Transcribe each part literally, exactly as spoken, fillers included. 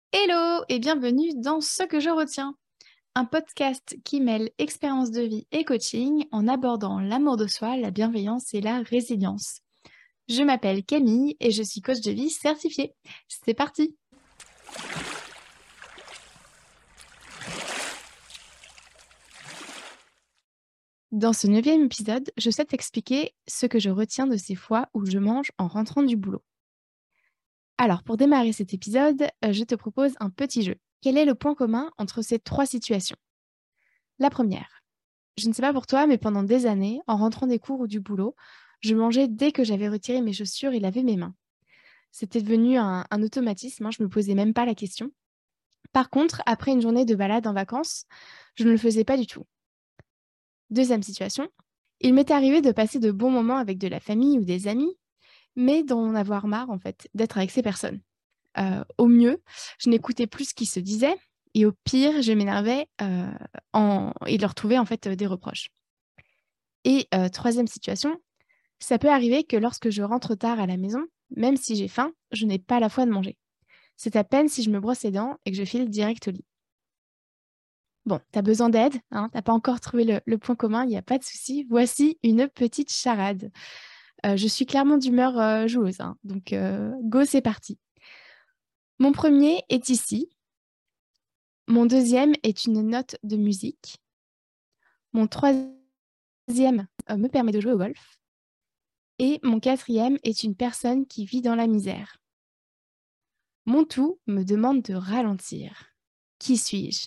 Hello et bienvenue dans Ce que je retiens, un podcast qui mêle expérience de vie et coaching en abordant l'amour de soi, la bienveillance et la résilience. Je m'appelle Camille et je suis coach de vie certifiée. C'est parti! Dans ce neuvième épisode, je souhaite expliquer ce que je retiens de ces fois où je mange en rentrant du boulot. Alors, pour démarrer cet épisode, euh, je te propose un petit jeu. Quel est le point commun entre ces trois situations? La première. Je ne sais pas pour toi, mais pendant des années, en rentrant des cours ou du boulot, je mangeais dès que j'avais retiré mes chaussures et lavé mes mains. C'était devenu un, un automatisme, hein, je ne me posais même pas la question. Par contre, après une journée de balade en vacances, je ne le faisais pas du tout. Deuxième situation, il m'est arrivé de passer de bons moments avec de la famille ou des amis, mais d'en avoir marre en fait, d'être avec ces personnes. Euh, au mieux, je n'écoutais plus ce qui se disait, et au pire, je m'énervais euh, en... et leur trouvais en fait euh, des reproches. Et euh, troisième situation, ça peut arriver que lorsque je rentre tard à la maison, même si j'ai faim, je n'ai pas la foi de manger. C'est à peine si je me brosse les dents et que je file direct au lit. Bon, t'as besoin d'aide, hein, t'as pas encore trouvé le, le point commun, il n'y a pas de souci. Voici une petite charade. Euh, je suis clairement d'humeur euh, joueuse, hein, donc euh, go, c'est parti. Mon premier est ici. Mon deuxième est une note de musique. Mon troisième euh, me permet de jouer au golf. Et mon quatrième est une personne qui vit dans la misère. Mon tout me demande de ralentir. Qui suis-je?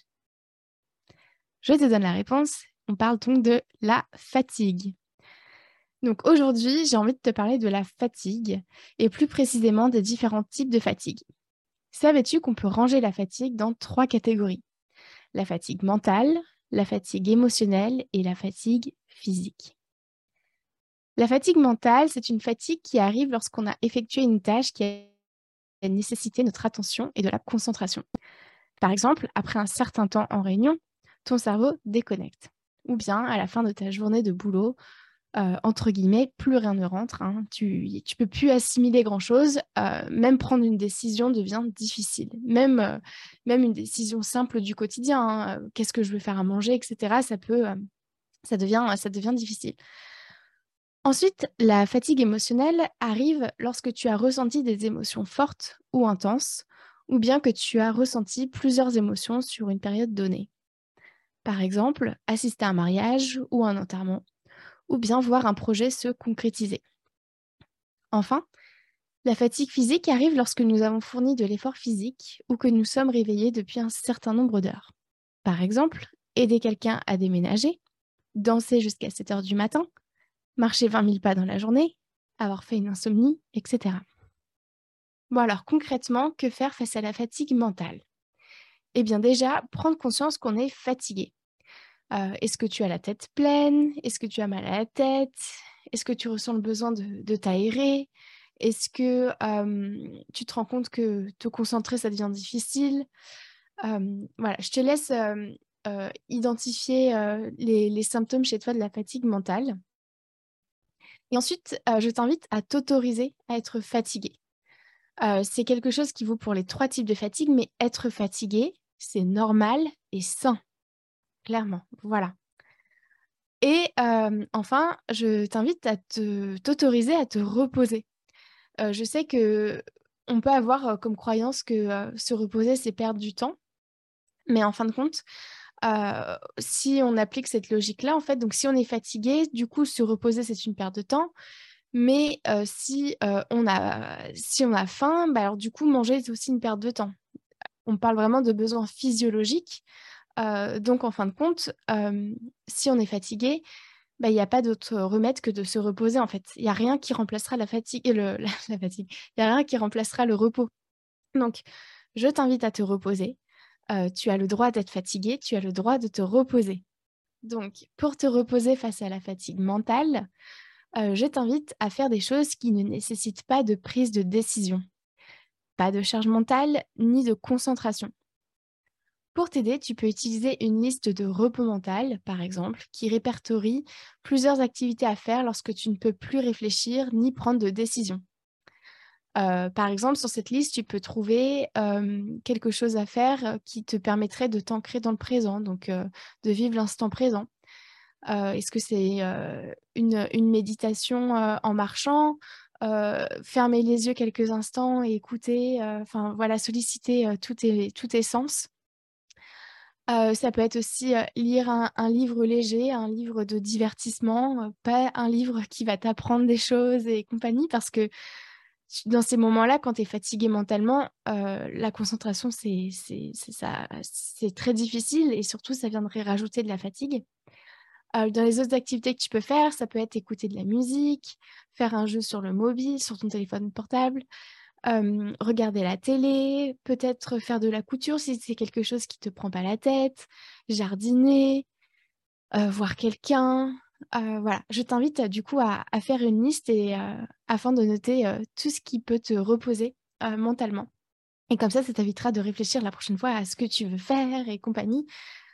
Je te donne la réponse. On parle donc de la fatigue. Donc aujourd'hui, j'ai envie de te parler de la fatigue et plus précisément des différents types de fatigue. Savais-tu qu'on peut ranger la fatigue dans trois catégories? La fatigue mentale, la fatigue émotionnelle et la fatigue physique. La fatigue mentale, c'est une fatigue qui arrive lorsqu'on a effectué une tâche qui a nécessité notre attention et de la concentration. Par exemple, après un certain temps en réunion, ton cerveau déconnecte. Ou bien, à la fin de ta journée de boulot, euh, entre guillemets, plus rien ne rentre. Hein. Tu ne peux plus assimiler grand-chose. Euh, même prendre une décision devient difficile. Même, euh, même une décision simple du quotidien. Hein. Euh, Qu'est-ce que je veux faire à manger, et cetera. Ça, peut, euh, ça, devient, ça devient difficile. Ensuite, la fatigue émotionnelle arrive lorsque tu as ressenti des émotions fortes ou intenses, ou bien que tu as ressenti plusieurs émotions sur une période donnée. Par exemple, assister à un mariage ou un enterrement, ou bien voir un projet se concrétiser. Enfin, la fatigue physique arrive lorsque nous avons fourni de l'effort physique ou que nous sommes réveillés depuis un certain nombre d'heures. Par exemple, aider quelqu'un à déménager, danser jusqu'à sept heures du matin, marcher vingt mille pas dans la journée, avoir fait une insomnie, et cetera. Bon alors concrètement, que faire face à la fatigue mentale? Eh bien déjà, prendre conscience qu'on est fatigué. Euh, est-ce que tu as la tête pleine? Est-ce que tu as mal à la tête? Est-ce que tu ressens le besoin de, de t'aérer? Est-ce que euh, tu te rends compte que te concentrer, ça devient difficile? Euh, Voilà, je te laisse euh, euh, identifier euh, les, les symptômes chez toi de la fatigue mentale. Et ensuite, euh, je t'invite à t'autoriser à être fatigué. Euh, c'est quelque chose qui vaut pour les trois types de fatigue, mais être fatigué, c'est normal et sain, clairement. Voilà. Et euh, enfin, je t'invite à te, t'autoriser à te reposer. Euh, je sais que on peut avoir euh, comme croyance que euh, se reposer, c'est perdre du temps. Mais en fin de compte, euh, si on applique cette logique-là, en fait, donc si on est fatigué, du coup, se reposer, c'est une perte de temps. Mais euh, si, euh, on a, si on a faim, bah alors du coup, manger, c'est aussi une perte de temps. On parle vraiment de besoins physiologiques. Euh, donc, en fin de compte, euh, si on est fatigué, bah, il n'y a pas d'autre remède que de se reposer, en fait. Il n'y a rien qui remplacera la fatigue, et le, la, la fatigue. Il n'y a rien qui remplacera le repos. Donc, je t'invite à te reposer. Euh, tu as le droit d'être fatigué, tu as le droit de te reposer. Donc, pour te reposer face à la fatigue mentale, euh, je t'invite à faire des choses qui ne nécessitent pas de prise de décision, pas de charge mentale ni de concentration. Pour t'aider, tu peux utiliser une liste de repos mental, par exemple, qui répertorie plusieurs activités à faire lorsque tu ne peux plus réfléchir ni prendre de décision. Heu, par exemple, sur cette liste, tu peux trouver, hem, quelque chose à faire, heu, qui te permettrait de t'ancrer dans le présent, donc heu, de vivre l'instant présent. Heu, est-ce que c'est, heu, une, une méditation, heu, en marchant? Heu, fermer les yeux quelques instants et écouter, heu, enfin voilà, solliciter, heu, tous tes tous tes sens. Heu, ça peut être aussi, heu, lire un un livre léger, un livre de divertissement, heu, pas un livre qui va t'apprendre des choses et compagnie parce que tu dans ces moments-là, quand tu es fatigué mentalement, heu, la concentration, c'est c'est c'est ça c'est très difficile et surtout ça viendrait rajouter de la fatigue. Heu, dans les autres activités que tu peux faire, ça peut être écouter de la musique, faire un jeu sur le mobile, sur ton téléphone portable, hem, regarder la télé, peut-être faire de la couture si c'est quelque chose qui te prend pas la tête, jardiner, heu, voir quelqu'un, heu, voilà. Je t'invite, heu, du coup à à faire une liste et heu, afin de noter, heu, tout ce qui peut te reposer, heu, mentalement et comme ça, ça t'évitera de réfléchir la prochaine fois à ce que tu veux faire et compagnie.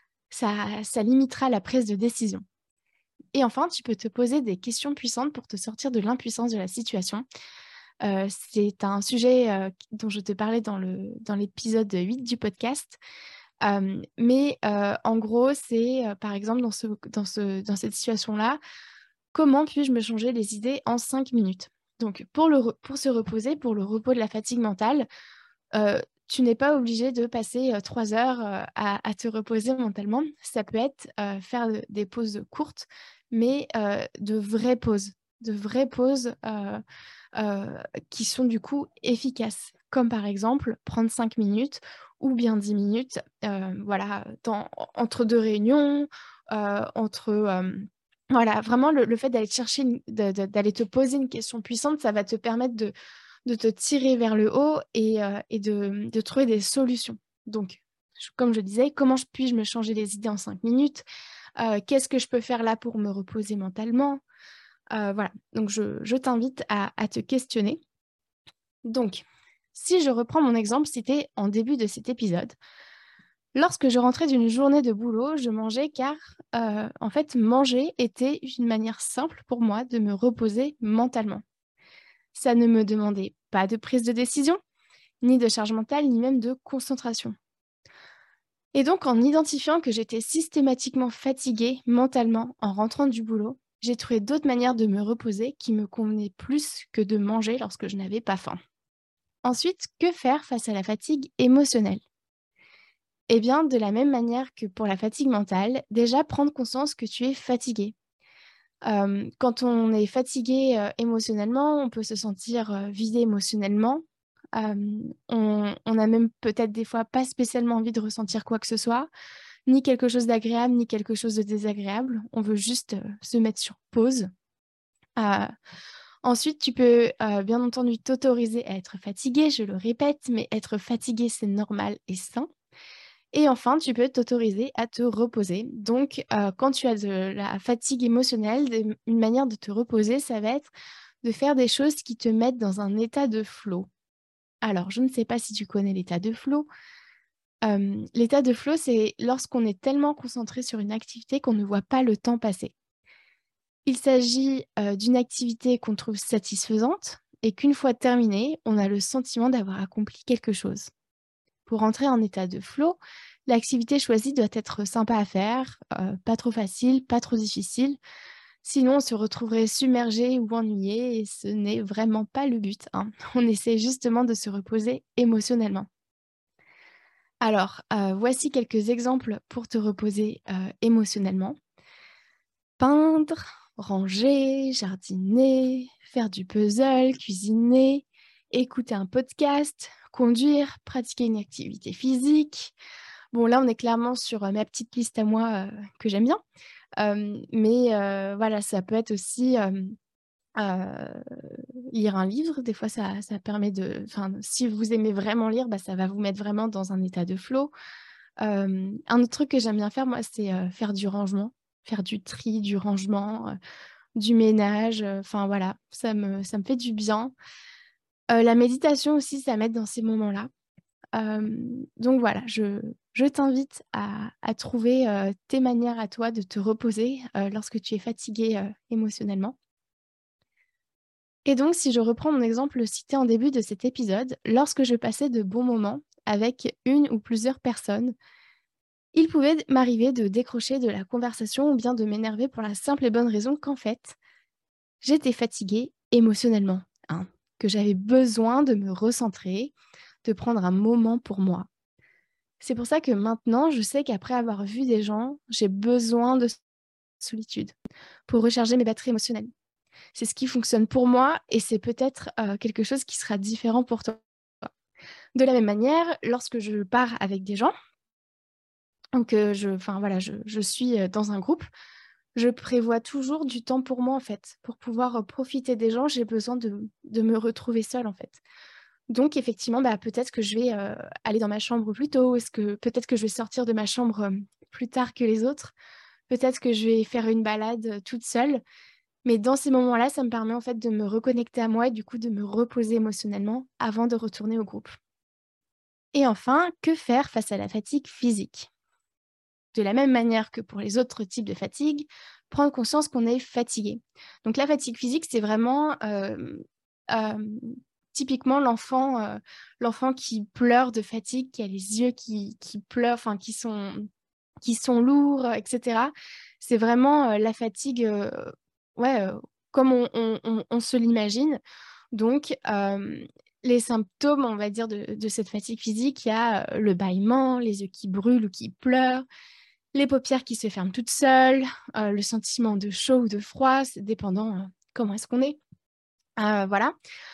Ça ça limitera la prise de décision et enfin, tu peux te poser des questions puissantes pour te sortir de l'impuissance de la situation. Heu, c'est un sujet, heu, dont je te parlais dans le dans l'épisode huit du podcast. Hem, mais heu, en gros, c'est, heu, par exemple, dans ce dans ce dans cette situation-là, comment puis-je me changer les idées en cinq minutes? Donc pour le re pour se reposer, pour le repos de la fatigue mentale, heu, tu n'es pas obligé de passer, heu, trois heures, heu, à à te reposer mentalement. Ça peut être, heu, faire, heu, des pauses courtes, mais heu, de vraies pauses, de vraies pauses, heu heu, qui sont du coup efficaces. Comme par exemple, prendre cinq minutes ou bien dix minutes, heu, voilà, dans entre deux réunions, heu, entre, hem, voilà, vraiment le le fait d'aller te chercher une de de d'aller te poser une question puissante, ça va te permettre de de te tirer vers le haut et heu et de de trouver des solutions. Donc, j comme je disais, comment je puis-je me changer les idées en cinq minutes? Heu, qu'est-ce que je peux faire là pour me reposer mentalement? Heu, voilà, donc je je t'invite à à te questionner. Donc, si je reprends mon exemple, c'était en début de cet épisode. Lorsque je rentrais d'une journée de boulot, je mangeais car, heu, en fait, manger était une manière simple pour moi de me reposer mentalement. Ça ne me demandait pas de prise de décision, ni de charge mentale, ni même de concentration. Et donc, en identifiant que j'étais systématiquement fatiguée mentalement en rentrant du boulot, j'ai trouvé d'autres manières de me reposer qui me convenaient plus que de manger lorsque je n'avais pas faim. Ensuite, que faire face à la fatigue émotionnelle? Eh bien, de la même manière que pour la fatigue mentale, déjà prendre conscience que tu es fatigué. Hem, quand on est fatigué, heu, émotionnellement, on peut se sentir, heu, vidé émotionnellement. Hem, on on a même peut-être des fois pas spécialement envie de ressentir quoi que ce soit, ni quelque chose d'agréable, ni quelque chose de désagréable. On veut juste, heu, se mettre sur pause. Heu, ensuite tu peux, heu, bien entendu t'autoriser à être fatigué, je le répète, mais être fatigué, c'est normal et sain. Et enfin, tu peux t'autoriser à te reposer. Donc, heu, quand tu as de la fatigue émotionnelle, des une manière de te reposer, ça va être de faire des choses qui te mettent dans un état de flow. Alors, je ne sais pas si tu connais l'état de flow. Hem, l'état de flow, c'est lorsqu'on est tellement concentré sur une activité qu'on ne voit pas le temps passer. Il s'agit, heu, d'une activité qu'on trouve satisfaisante et qu'une fois terminée, on a le sentiment d'avoir accompli quelque chose. Pour entrer en état de flow, l'activité choisie doit être sympa à faire, heu, pas trop facile, pas trop difficile. Sinon, on se retrouverait submergé ou ennuyé et ce n'est vraiment pas le but, hein. On essaie justement de se reposer émotionnellement. Alors, heu, voici quelques exemples pour te reposer, heu, émotionnellement. Peindre, ranger, jardiner, faire du puzzle, cuisiner, écouter un podcast, conduire, pratiquer une activité physique. Bon, là, on est clairement sur, heu, ma petite liste à moi, heu, que j'aime bien. Hem, mais heu, voilà, ça peut être aussi, hem, heu, lire un livre. Des fois, ça ça permet de enfin, si vous aimez vraiment lire, bah, ça va vous mettre vraiment dans un état de flow. Hem, un autre truc que j'aime bien faire, moi, c'est, heu, faire du rangement, faire du tri, du rangement, heu, du ménage, heu, enfin voilà, ça me ça me fait du bien. Heu, la méditation aussi, ça m'aide dans ces moments-là. Hem, donc voilà, je je t'invite à à trouver, heu, tes manières à toi de te reposer, heu, lorsque tu es fatigué, heu, émotionnellement. Et donc, si je reprends mon exemple cité en début de cet épisode, lorsque je passais de bons moments avec une ou plusieurs personnes, il pouvait d m'arriver de décrocher de la conversation ou bien de m'énerver pour la simple et bonne raison qu'en fait, j'étais fatiguée émotionnellement, hein, que j'avais besoin de me recentrer, de prendre un moment pour moi. C'est pour ça que maintenant, je sais qu'après avoir vu des gens, j'ai besoin de solitude pour recharger mes batteries émotionnelles. C'est ce qui fonctionne pour moi et c'est peut-être, heu, quelque chose qui sera différent pour toi. De la même manière, lorsque je pars avec des gens, donc heu, je enfin voilà, je je suis, heu, dans un groupe, je prévois toujours du temps pour moi, en fait. Pour pouvoir, heu, profiter des gens, j'ai besoin de de me retrouver seule, en fait. Donc effectivement, bah, peut-être que je vais, heu, aller dans ma chambre plus tôt. Est-ce que peut-être que je vais sortir de ma chambre, hem, plus tard que les autres. Peut-être que je vais faire une balade, heu, toute seule. Mais dans ces moments-là, ça me permet, en fait, de me reconnecter à moi et du coup de me reposer émotionnellement avant de retourner au groupe. Et enfin, que faire face à la fatigue physique? De la même manière que pour les autres types de fatigue, prendre conscience qu'on est fatigué. Donc la fatigue physique, c'est vraiment, hem, hem, typiquement l'enfant, heu, l'enfant qui pleure de fatigue, qui a les yeux qui qui pleurent, enfin qui sont qui sont lourds, heu, et cetera. C'est vraiment, heu, la fatigue, heu, ouais, heu, comme on on on on se l'imagine. Donc, hem, les symptômes, on va dire, de de cette fatigue physique, il y a, heu, le bâillement, les yeux qui brûlent ou qui pleurent, les paupières qui se ferment toutes seules, heu, le sentiment de chaud ou de froid, c'est dépendant, heu, comment est-ce qu'on est. Heu, voilà.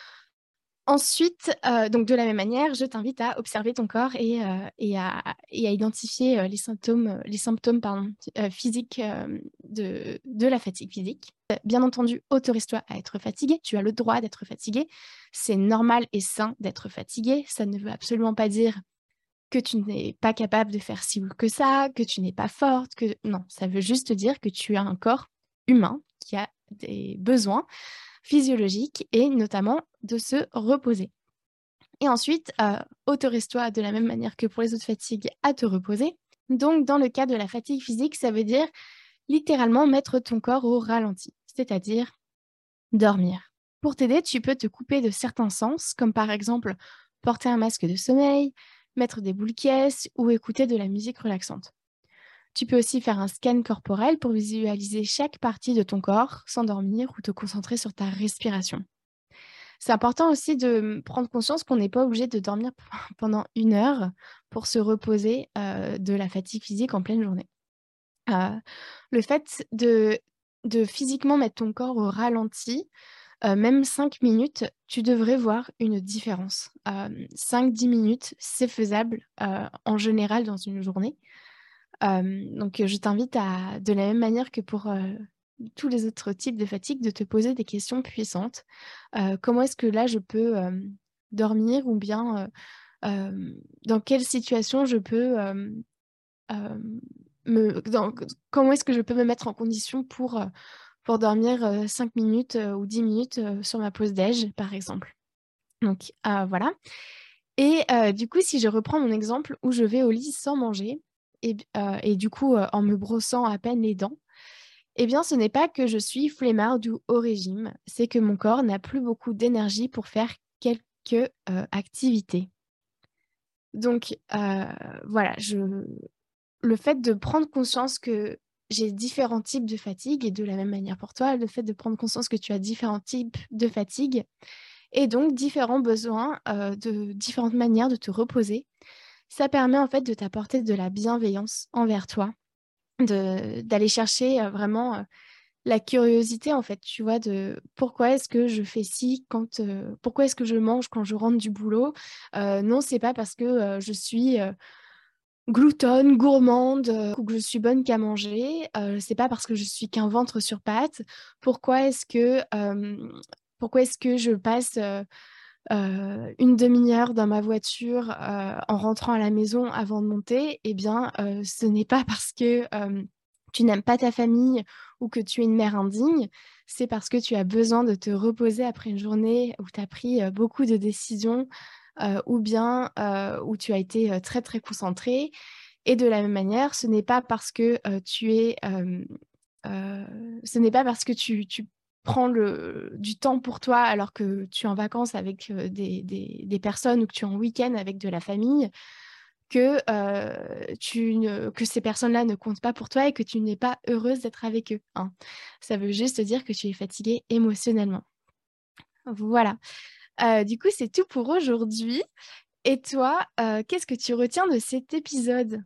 Ensuite, heu, donc de la même manière, je t'invite à observer ton corps et heu et à et à identifier, heu, les symptômes, heu, les symptômes pardon, heu, physiques, hem, de de la fatigue physique. Heu, bien entendu, autorise-toi à être fatigué, tu as le droit d'être fatigué. C'est normal et sain d'être fatigué. Ça ne veut absolument pas dire que tu n'es pas capable de faire si ou que ça, que tu n'es pas forte, que non, ça veut juste dire que tu as un corps humain qui a des besoins physiologiques et notamment de se reposer. Et ensuite, heu, autorise-toi de la même manière que pour les autres fatigues à te reposer. Donc dans le cas de la fatigue physique, ça veut dire littéralement mettre ton corps au ralenti, c'est-à-dire dormir. Pour t'aider, tu peux te couper de certains sens, comme par exemple porter un masque de sommeil, mettre des boules caisses ou écouter de la musique relaxante. Tu peux aussi faire un scan corporel pour visualiser chaque partie de ton corps, s'endormir ou te concentrer sur ta respiration. C'est important aussi de mmh, prendre conscience qu'on n'est pas obligé de dormir pendant une heure pour se reposer, heu, de la fatigue physique en pleine journée. Heu, le fait de de physiquement mettre ton corps au ralenti, heu, même cinq minutes, tu devrais voir une différence. Hem, cinq dix minutes, c'est faisable, heu, en général dans une journée. Hem, donc heu, je t'invite à de la même manière que pour, heu, tous les autres types de fatigue, de te poser des questions puissantes. Heu, comment est-ce que là je peux, hem, dormir ou bien, heu, hem, dans quelle situation je peux, hem, hem, me dans comment est-ce que je peux me mettre en condition pour, heu, pour dormir, heu, cinq minutes, heu, ou dix minutes, heu, sur ma pause déj, par exemple. Donc heu, voilà. Et heu, du coup, si je reprends mon exemple où je vais au lit sans manger et b heu et du coup, heu, en me brossant à peine les dents, eh bien, ce n'est pas que je suis flemmarde ou au régime, c'est que mon corps n'a plus beaucoup d'énergie pour faire quelques, heu, activités. Donc heu, voilà, je le fait de prendre conscience que j'ai différents types de fatigue et de la même manière pour toi, le fait de prendre conscience que tu as différents types de fatigue et donc différents besoins, heu, de différentes manières de te reposer. Ça permet en fait de t'apporter de la bienveillance envers toi, de d'aller chercher, heu, vraiment, heu, la curiosité en fait, tu vois? De pourquoi est-ce que je fais ci quand, heu, pourquoi est-ce que je mange quand je rentre du boulot? Heu, non, c'est pas parce que, heu, je suis, heu, gloutonne, gourmande, heu, ou que je suis bonne qu'à manger, heu, c'est pas parce que je suis qu'un ventre sur pattes. Pourquoi est-ce que, hem, pourquoi est-ce que je passe, heu heu, une demi heure dans ma voiture, heu, en rentrant à la maison avant de monter? Eh bien, heu, ce n'est pas parce que, hem, tu n'aimes pas ta famille ou que tu es une mère indigne, c'est parce que tu as besoin de te reposer après une journée où tu as pris, heu, beaucoup de décisions, heu, ou bien, heu, où tu as été, heu, très, très concentrée et de la même manière, ce n'est pas parce que, heu, tu es, hem, heu, ce n'est pas parce que tu tu prends le du temps pour toi alors que tu es en vacances avec, heu, des des des personnes ou que tu es en week-end avec de la famille, que, heu, tu ne que ces personnes-là ne comptent pas pour toi et que tu n'es pas heureuse d'être avec eux, hein. Ça veut juste dire que tu es fatiguée émotionnellement. Voilà. Heu, du coup, c'est tout pour aujourd'hui et toi, heu, qu'est-ce que tu retiens de cet épisode?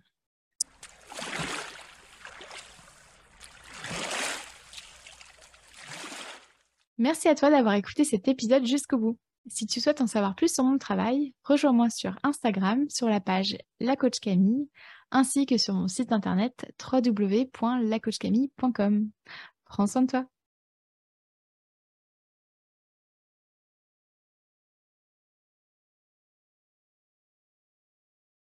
Merci à toi d'avoir écouté cet épisode jusqu'au bout. Si tu souhaites en savoir plus sur mon travail, rejoins-moi sur Instagram sur la page La Coach Camille, ainsi que sur mon site internet w w w point la coach camille point com. Prends soin de toi.